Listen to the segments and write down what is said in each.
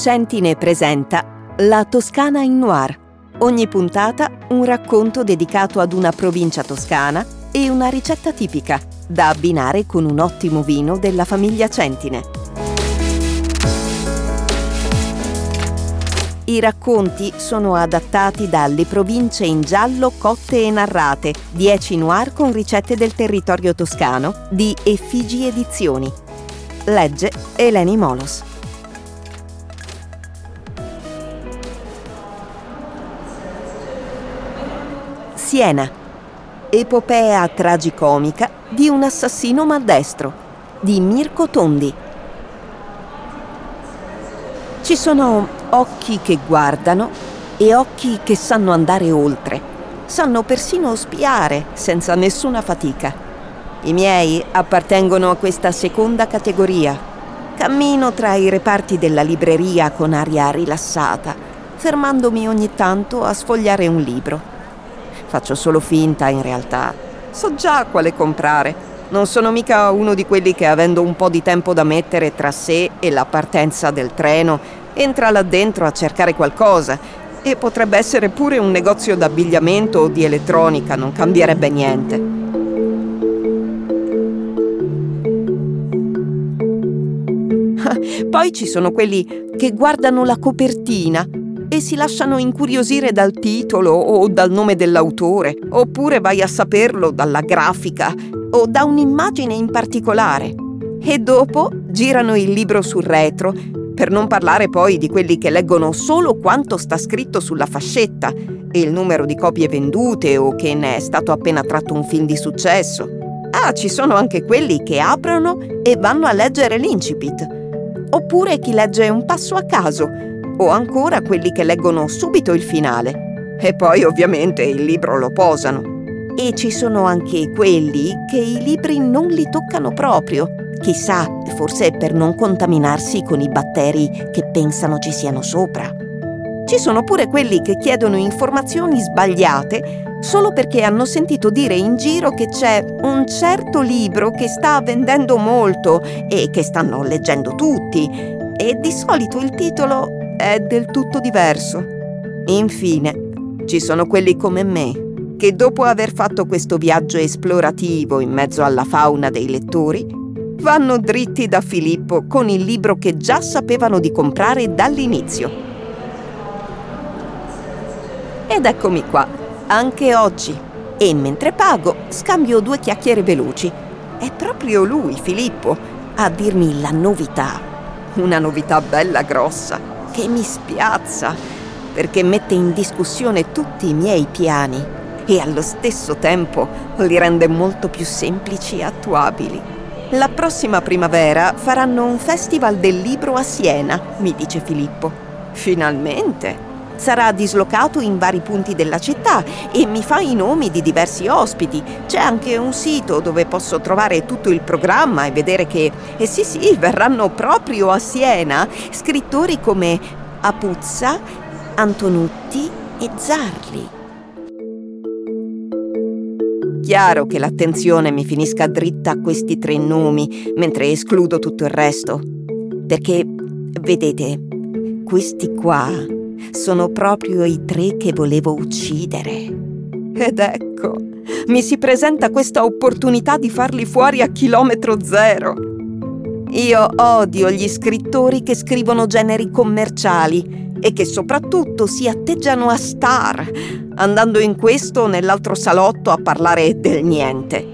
Centine presenta La Toscana in Noir. Ogni puntata un racconto dedicato ad una provincia toscana e una ricetta tipica, da abbinare con un ottimo vino della famiglia Centine. I racconti sono adattati dalle province in giallo cotte e narrate, 10 noir con ricette del territorio toscano di Effigi Edizioni. Legge Eleni Molos. Siena. Epopea tragicomica di un assassino maldestro di Mirko Tondi. Ci sono occhi che guardano e occhi che sanno andare oltre. Sanno persino spiare senza nessuna fatica. I miei appartengono a questa seconda categoria. Cammino tra i reparti della libreria con aria rilassata, fermandomi ogni tanto a sfogliare un libro. Faccio solo finta, in realtà. So già quale comprare. Non sono mica uno di quelli che, avendo un po' di tempo da mettere tra sé e la partenza del treno, entra là dentro a cercare qualcosa. E potrebbe essere pure un negozio d'abbigliamento o di elettronica, non cambierebbe niente. Poi ci sono quelli che guardano la copertina e si lasciano incuriosire dal titolo o dal nome dell'autore, oppure, vai a saperlo, dalla grafica o da un'immagine in particolare. E dopo girano il libro sul retro, per non parlare poi di quelli che leggono solo quanto sta scritto sulla fascetta e il numero di copie vendute o che ne è stato appena tratto un film di successo. Ah, ci sono anche quelli che aprono e vanno a leggere l'incipit, oppure chi legge un passo a caso, o ancora quelli che leggono subito il finale e poi ovviamente il libro lo posano. E ci sono anche quelli che i libri non li toccano proprio, chissà, forse per non contaminarsi con i batteri che pensano ci siano sopra. Ci sono pure quelli che chiedono informazioni sbagliate solo perché hanno sentito dire in giro che c'è un certo libro che sta vendendo molto e che stanno leggendo tutti, e di solito il titolo è del tutto diverso. Infine, ci sono quelli come me, che dopo aver fatto questo viaggio esplorativo in mezzo alla fauna dei lettori, vanno dritti da Filippo con il libro che già sapevano di comprare dall'inizio. Ed eccomi qua, anche oggi, e mentre pago scambio 2 chiacchiere veloci. È proprio lui, Filippo, a dirmi la novità, una novità bella grossa, che mi spiazza, perché mette in discussione tutti i miei piani e allo stesso tempo li rende molto più semplici e attuabili. La prossima primavera faranno un festival del libro a Siena, mi dice Filippo. Finalmente! Sarà dislocato in vari punti della città e mi fa i nomi di diversi ospiti. C'è anche un sito dove posso trovare tutto il programma e vedere che, sì, verranno proprio a Siena scrittori come Apuzza, Antonutti e Zarli. Chiaro che l'attenzione mi finisca dritta a questi 3 nomi, mentre escludo tutto il resto. Perché, vedete, questi qua sono proprio i 3 che volevo uccidere. Ed ecco, mi si presenta questa opportunità di farli fuori a chilometro zero. Io odio gli scrittori che scrivono generi commerciali e che soprattutto si atteggiano a star, andando in questo o nell'altro salotto a parlare del niente.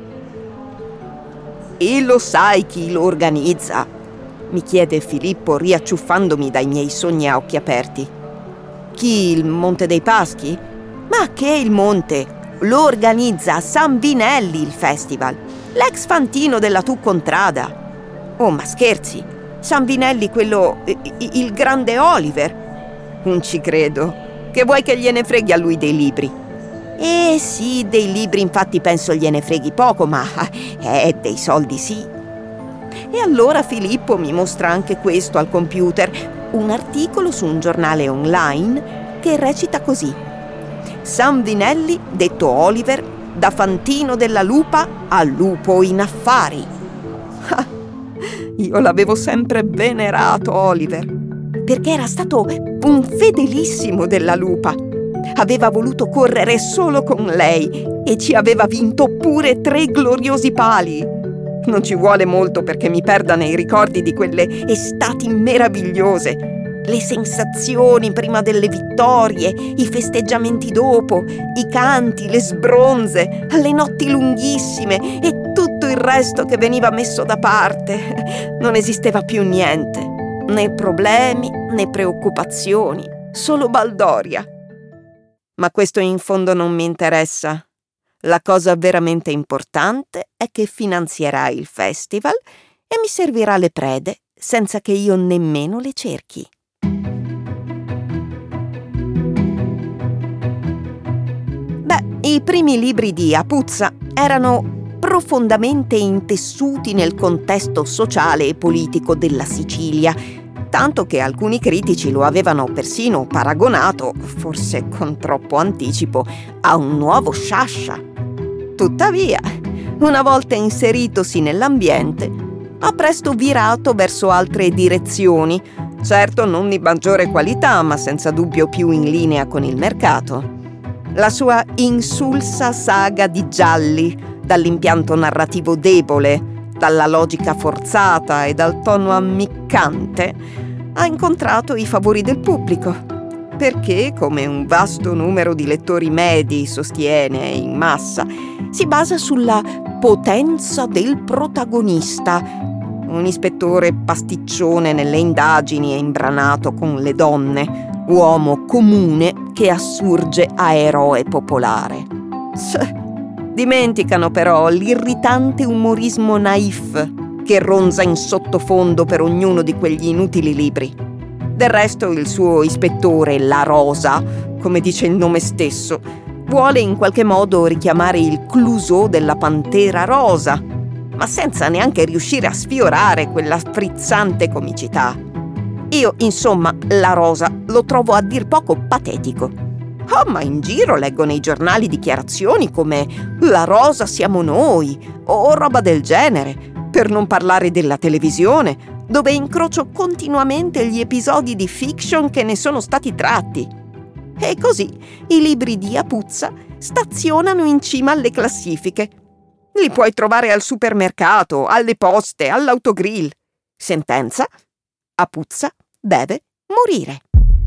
E lo sai chi lo organizza? Mi chiede Filippo, riacciuffandomi dai miei sogni a occhi aperti. Chi, il Monte dei Paschi? Ma che il Monte? Lo organizza San Vinelli il festival, l'ex fantino della Tu Contrada. Oh, ma scherzi? San Vinelli, quello, il grande Oliver? Non ci credo. Che vuoi che gliene freghi a lui dei libri? Sì, dei libri infatti penso gliene freghi poco, ma dei soldi sì. E allora Filippo mi mostra anche questo al computer, un articolo su un giornale online che recita così: San Vinelli, detto Oliver, da fantino della lupa a lupo in affari. Io l'avevo sempre venerato, Oliver. perché era stato un fedelissimo della lupa. Aveva voluto correre solo con lei e ci aveva vinto pure 3 gloriosi pali. Non ci vuole molto perché mi perda nei ricordi di quelle estati meravigliose. Le sensazioni prima delle vittorie, i festeggiamenti dopo, i canti, le sbronze, le notti lunghissime e tutto il resto che veniva messo da parte. Non esisteva più niente, né problemi né preoccupazioni, solo baldoria. Ma questo in fondo non mi interessa. La cosa veramente importante è che finanzierà il festival e mi servirà le prede senza che io nemmeno le cerchi. I primi libri di Apuzza erano profondamente intessuti nel contesto sociale e politico della Sicilia, tanto che alcuni critici lo avevano persino paragonato, forse con troppo anticipo, a un nuovo Sciascia. Tuttavia, una volta inseritosi nell'ambiente, ha presto virato verso altre direzioni, certo non di maggiore qualità, ma senza dubbio più in linea con il mercato. La sua insulsa saga di gialli, dall'impianto narrativo debole, dalla logica forzata e dal tono ammiccante, ha incontrato i favori del pubblico, perché, come un vasto numero di lettori medi sostiene in massa, si basa sulla potenza del protagonista, un ispettore pasticcione nelle indagini e imbranato con le donne, uomo comune che assurge a eroe popolare. Dimenticano però l'irritante umorismo naif che ronza in sottofondo per ognuno di quegli inutili libri. Del resto il suo ispettore, La Rosa, come dice il nome stesso, vuole in qualche modo richiamare il Clouseau della Pantera Rosa, ma senza neanche riuscire a sfiorare quella frizzante comicità. Io, insomma, La Rosa lo trovo a dir poco patetico. Oh, ma in giro leggo nei giornali dichiarazioni come «La Rosa siamo noi» o roba del genere, per non parlare della televisione, dove incrocio continuamente gli episodi di fiction che ne sono stati tratti. E così i libri di Apuzza stazionano in cima alle classifiche. Li puoi trovare al supermercato, alle poste, all'autogrill. Sentenza: Apuzza deve morire.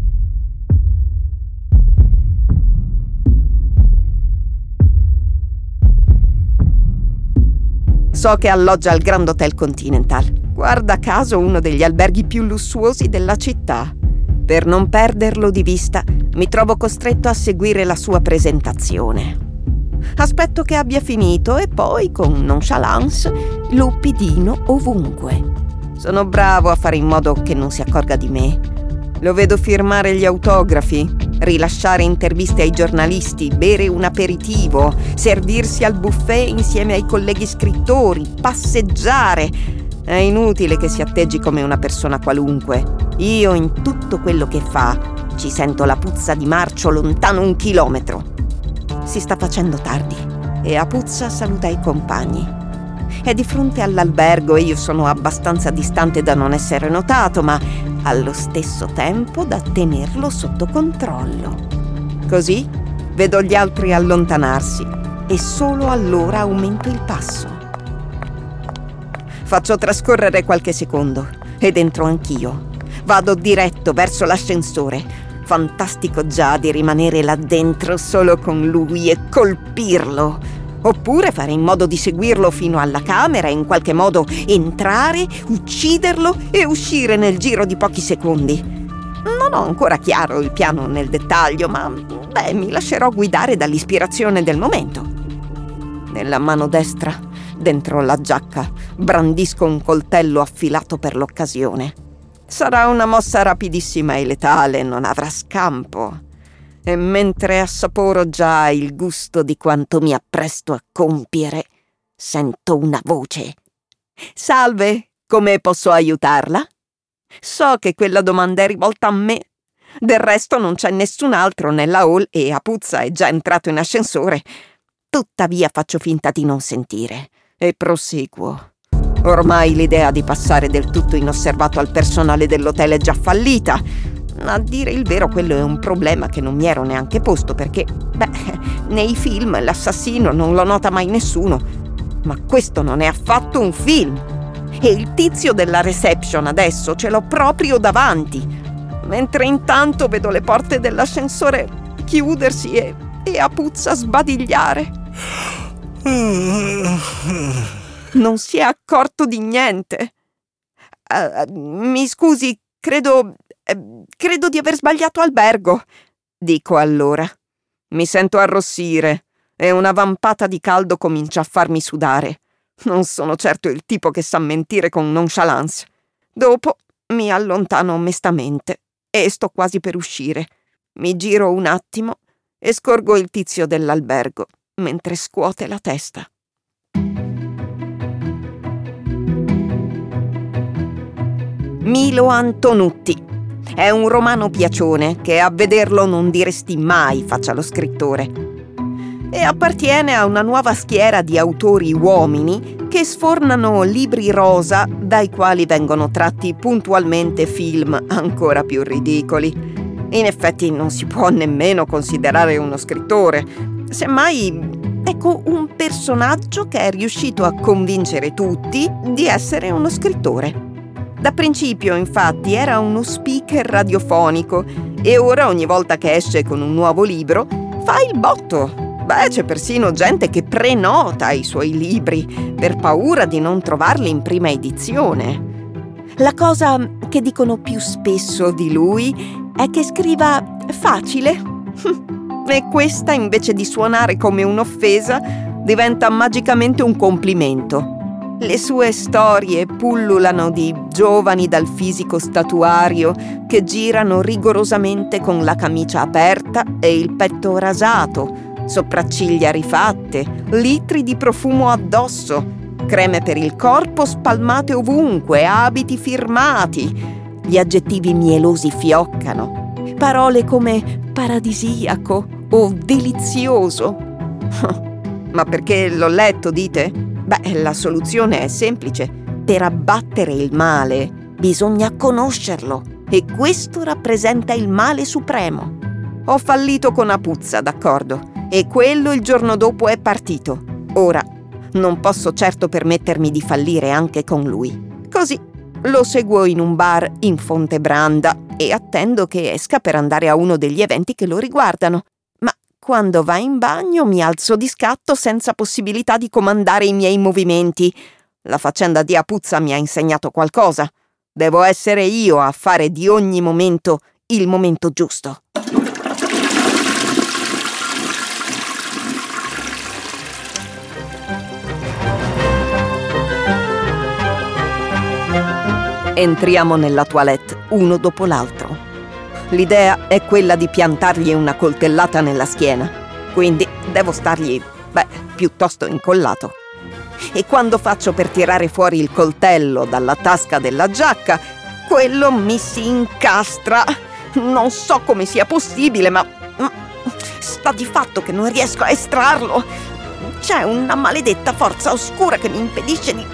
So che alloggia al Grand Hotel Continental, guarda caso uno degli alberghi più lussuosi della città. Per non perderlo di vista, mi trovo costretto a seguire la sua presentazione. Aspetto che abbia finito e poi, con nonchalance, lo ubbidino ovunque. Sono bravo a fare in modo che non si accorga di me. Lo vedo firmare gli autografi, rilasciare interviste ai giornalisti, bere un aperitivo, servirsi al buffet insieme ai colleghi scrittori, passeggiare. È inutile che si atteggi come una persona qualunque. Io, in tutto quello che fa, ci sento la puzza di marcio lontano 1 chilometro. Si sta facendo tardi e Apuzza saluta i compagni. È di fronte all'albergo e io sono abbastanza distante da non essere notato, ma allo stesso tempo da tenerlo sotto controllo. Così vedo gli altri allontanarsi e solo allora aumento il passo. Faccio trascorrere qualche secondo ed entro anch'io. Vado diretto verso l'ascensore. Fantastico già di rimanere là dentro solo con lui e colpirlo. Oppure fare in modo di seguirlo fino alla camera e in qualche modo entrare, ucciderlo e uscire nel giro di pochi secondi. Non ho ancora chiaro il piano nel dettaglio, ma mi lascerò guidare dall'ispirazione del momento. Nella mano destra, dentro la giacca, brandisco un coltello affilato per l'occasione. Sarà una mossa rapidissima e letale, non avrà scampo. E mentre assaporo già il gusto di quanto mi appresto a compiere, sento una voce. «Salve, come posso aiutarla?» So che quella domanda è rivolta a me. Del resto non c'è nessun altro nella hall e Apuzza è già entrato in ascensore. Tuttavia faccio finta di non sentire e proseguo. Ormai l'idea di passare del tutto inosservato al personale dell'hotel è già fallita. A dire il vero, quello è un problema che non mi ero neanche posto perché, nei film l'assassino non lo nota mai nessuno. Ma questo non è affatto un film. E il tizio della reception adesso ce l'ho proprio davanti. Mentre intanto vedo le porte dell'ascensore chiudersi e Apuzza sbadigliare. Non si è accorto di niente. Mi scusi, credo di aver sbagliato albergo, dico allora. Mi sento arrossire e una vampata di caldo comincia a farmi sudare. Non sono certo il tipo che sa mentire con nonchalance. Dopo mi allontano mestamente e sto quasi per uscire. Mi giro un attimo e scorgo il tizio dell'albergo mentre scuote la testa. Milo Antonutti. È un romano piacione che a vederlo non diresti mai faccia lo scrittore. E appartiene a una nuova schiera di autori uomini che sfornano libri rosa dai quali vengono tratti puntualmente film ancora più ridicoli. In effetti non si può nemmeno considerare uno scrittore, semmai, ecco, un personaggio che è riuscito a convincere tutti di essere uno scrittore. Da principio, infatti, era uno speaker radiofonico e ora ogni volta che esce con un nuovo libro fa il botto. C'è persino gente che prenota i suoi libri per paura di non trovarli in prima edizione. La cosa che dicono più spesso di lui è che scriva facile. E questa, invece di suonare come un'offesa, diventa magicamente un complimento. Le sue storie pullulano di giovani dal fisico statuario che girano rigorosamente con la camicia aperta e il petto rasato, sopracciglia rifatte, litri di profumo addosso, creme per il corpo spalmate ovunque, abiti firmati. Gli aggettivi mielosi fioccano. Parole come paradisiaco o delizioso. Ma perché l'ho letto, dite? La soluzione è semplice. Per abbattere il male bisogna conoscerlo e questo rappresenta il male supremo. Ho fallito con Apuzza, d'accordo, e quello il giorno dopo è partito. Ora non posso certo permettermi di fallire anche con lui. Così lo seguo in un bar in Fontebranda e attendo che esca per andare a uno degli eventi che lo riguardano. Quando va in bagno mi alzo di scatto senza possibilità di comandare i miei movimenti. La faccenda di Apuzza mi ha insegnato qualcosa. Devo essere io a fare di ogni momento il momento giusto. Entriamo nella toilette uno dopo l'altro. L'idea è quella di piantargli una coltellata nella schiena, quindi devo stargli, piuttosto incollato. E quando faccio per tirare fuori il coltello dalla tasca della giacca, quello mi si incastra. Non so come sia possibile, ma sta di fatto che non riesco a estrarlo. C'è una maledetta forza oscura che mi impedisce di...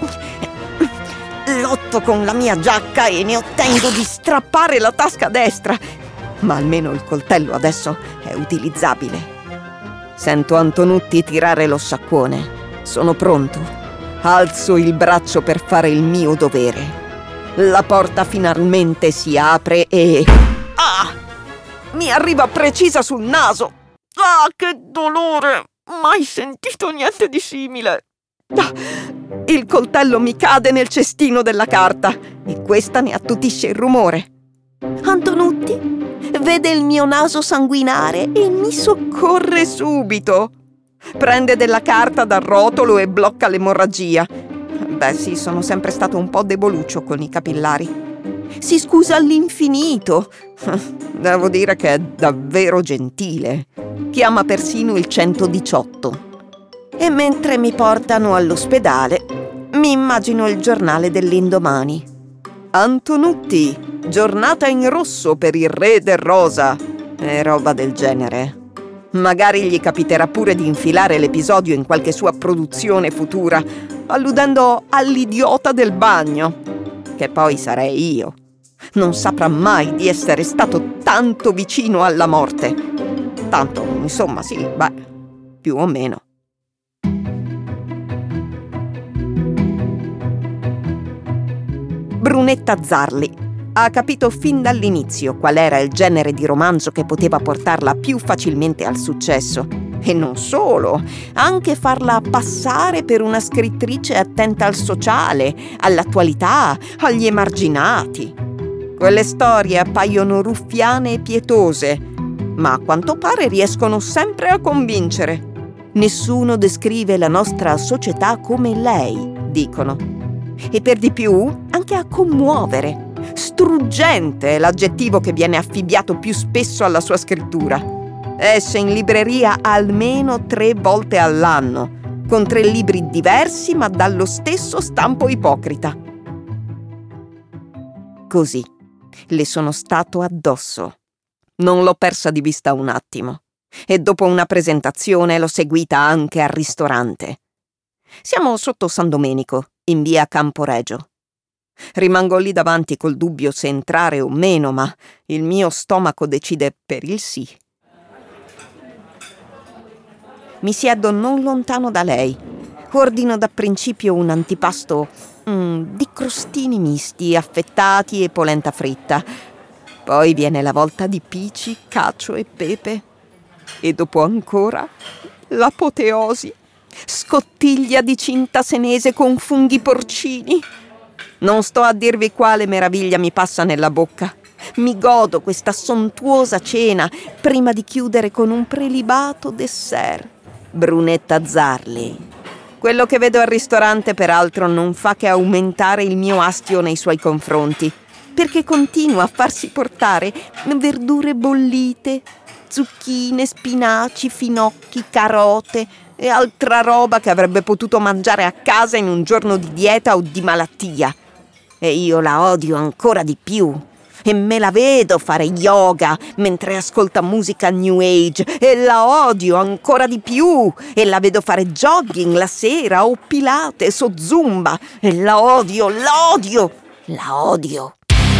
Lotto con la mia giacca e ne ottengo di strappare la tasca destra. Ma almeno il coltello adesso è utilizzabile. Sento Antonutti tirare lo sciacquone. Sono pronto. Alzo il braccio per fare il mio dovere. La porta finalmente si apre e... Mi arriva precisa sul naso. Che dolore! Mai sentito niente di simile. Il coltello mi cade nel cestino della carta e questa ne attutisce il rumore. Antonutti vede il mio naso sanguinare e mi soccorre subito. Prende della carta dal rotolo e blocca l'emorragia. Sì, sono sempre stato un po' deboluccio con i capillari. Si scusa all'infinito. Devo dire che è davvero gentile. Chiama persino il 118. E mentre mi portano all'ospedale, mi immagino il giornale dell'indomani. Antonutti, giornata in rosso per il re del rosa, e roba del genere. Magari gli capiterà pure di infilare l'episodio in qualche sua produzione futura, alludendo all'idiota del bagno, che poi sarei io. Non saprà mai di essere stato tanto vicino alla morte. Tanto, insomma, sì, più o meno. Brunetta Zarli ha capito fin dall'inizio qual era il genere di romanzo che poteva portarla più facilmente al successo. E non solo, anche farla passare per una scrittrice attenta al sociale, all'attualità, agli emarginati. Quelle storie appaiono ruffiane e pietose, ma a quanto pare riescono sempre a convincere. Nessuno descrive la nostra società come lei, dicono. E per di più, anche a commuovere. Struggente è l'aggettivo che viene affibbiato più spesso alla sua scrittura. Esce in libreria almeno 3 volte all'anno, con 3 libri diversi ma dallo stesso stampo ipocrita. Così le sono stato addosso. Non l'ho persa di vista un attimo e dopo una presentazione l'ho seguita anche al ristorante. Siamo sotto San Domenico, in via Camporegio. Rimango lì davanti col dubbio se entrare o meno, ma il mio stomaco decide per il sì. Mi siedo non lontano da lei. Ordino da principio un antipasto di crostini misti, affettati e polenta fritta. Poi viene la volta di pici, cacio e pepe. E dopo ancora l'apoteosi. Scottiglia di cinta senese con funghi porcini. Non sto a dirvi quale meraviglia mi passa nella bocca. Mi godo questa sontuosa cena prima di chiudere con un prelibato dessert. Brunetta Zarli. Quello che vedo al ristorante, peraltro, non fa che aumentare il mio astio nei suoi confronti, perché continua a farsi portare verdure bollite, zucchine, spinaci, finocchi, carote e altra roba che avrebbe potuto mangiare a casa in un giorno di dieta o di malattia. E io la odio ancora di più. E me la vedo fare yoga mentre ascolta musica New Age e la odio ancora di più. E la vedo fare jogging la sera o Pilates o Zumba e la odio, la odio, la odio.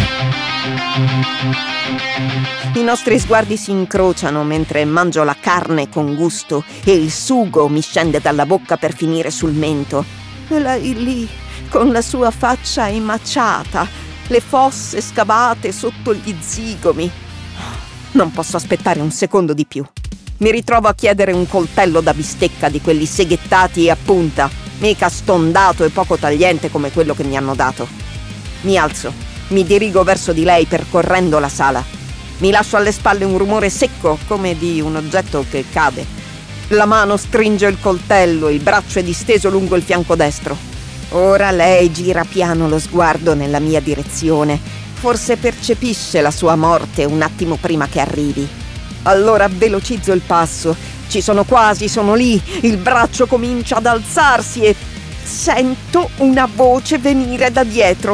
I nostri sguardi si incrociano mentre mangio la carne con gusto e il sugo mi scende dalla bocca per finire sul mento. E lei lì, con la sua faccia emaciata, le fosse scavate sotto gli zigomi. Non posso aspettare un secondo di più. Mi ritrovo a chiedere un coltello da bistecca di quelli seghettati a punta, mica stondato e poco tagliente come quello che mi hanno dato. Mi alzo, mi dirigo verso di lei percorrendo la sala. Mi lascio alle spalle un rumore secco come di un oggetto che cade. La mano stringe il coltello, il braccio è disteso lungo il fianco destro. Ora lei gira piano lo sguardo nella mia direzione. Forse percepisce la sua morte un attimo prima che arrivi. Allora velocizzo il passo. Ci sono quasi, sono lì. Il braccio comincia ad alzarsi e sento una voce venire da dietro.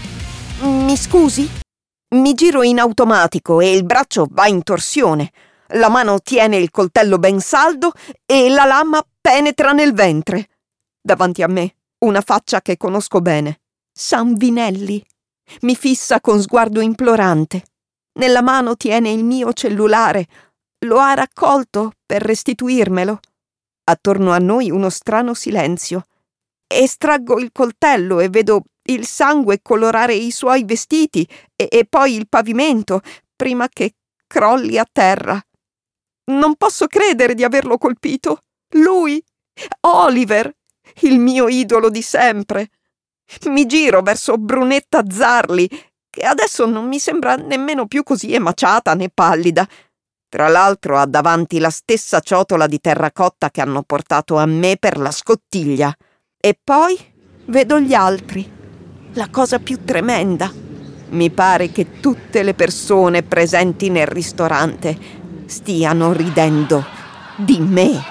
Mi scusi? Mi giro in automatico e il braccio va in torsione. La mano tiene il coltello ben saldo e la lama penetra nel ventre. Davanti a me una faccia che conosco bene. Sanvinelli. Mi fissa con sguardo implorante. Nella mano tiene il mio cellulare. Lo ha raccolto per restituirmelo. Attorno a noi uno strano silenzio. Estraggo il coltello e vedo il sangue colorare i suoi vestiti e poi il pavimento, prima che crolli a terra. Non posso credere di averlo colpito. Lui, Oliver, il mio idolo di sempre. Mi giro verso Brunetta Zarli, che adesso non mi sembra nemmeno più così emaciata né pallida. Tra l'altro ha davanti la stessa ciotola di terracotta che hanno portato a me per la scottiglia. E poi vedo gli altri. La cosa più tremenda. Mi pare che tutte le persone presenti nel ristorante stiano ridendo di me.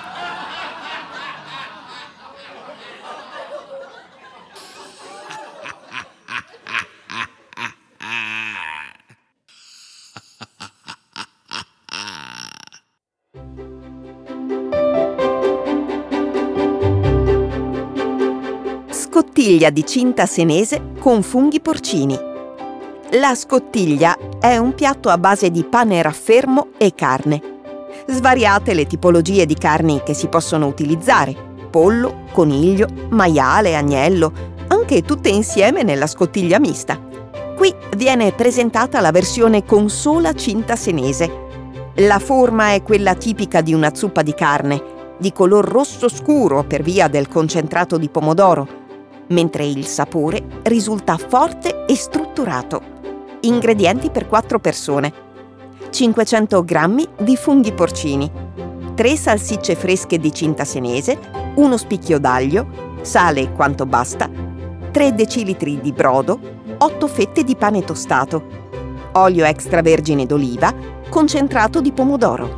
Scottiglia di cinta senese con funghi porcini. La scottiglia è un piatto a base di pane raffermo e carne. Svariate le tipologie di carni che si possono utilizzare: pollo, coniglio, maiale, agnello, anche tutte insieme nella scottiglia mista. Qui viene presentata la versione con sola cinta senese. La forma è quella tipica di una zuppa di carne, di color rosso scuro per via del concentrato di pomodoro, mentre il sapore risulta forte e strutturato. Ingredienti per 4 persone: 500 g di funghi porcini, 3 salsicce fresche di cinta senese, 1 spicchio d'aglio, sale quanto basta, 3 decilitri di brodo, 8 fette di pane tostato, olio extravergine d'oliva, concentrato di pomodoro.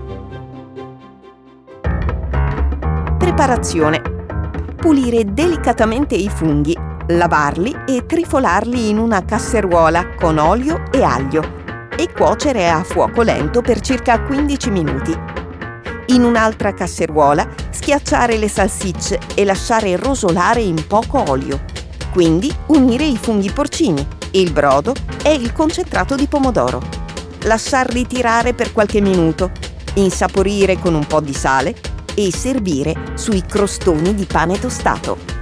Preparazione: pulire delicatamente i funghi, lavarli e trifolarli in una casseruola con olio e aglio e cuocere a fuoco lento per circa 15 minuti. In un'altra casseruola schiacciare le salsicce e lasciare rosolare in poco olio. Quindi unire i funghi porcini, il brodo e il concentrato di pomodoro. Lasciarli tirare per qualche minuto, insaporire con un po' di sale e servire sui crostoni di pane tostato.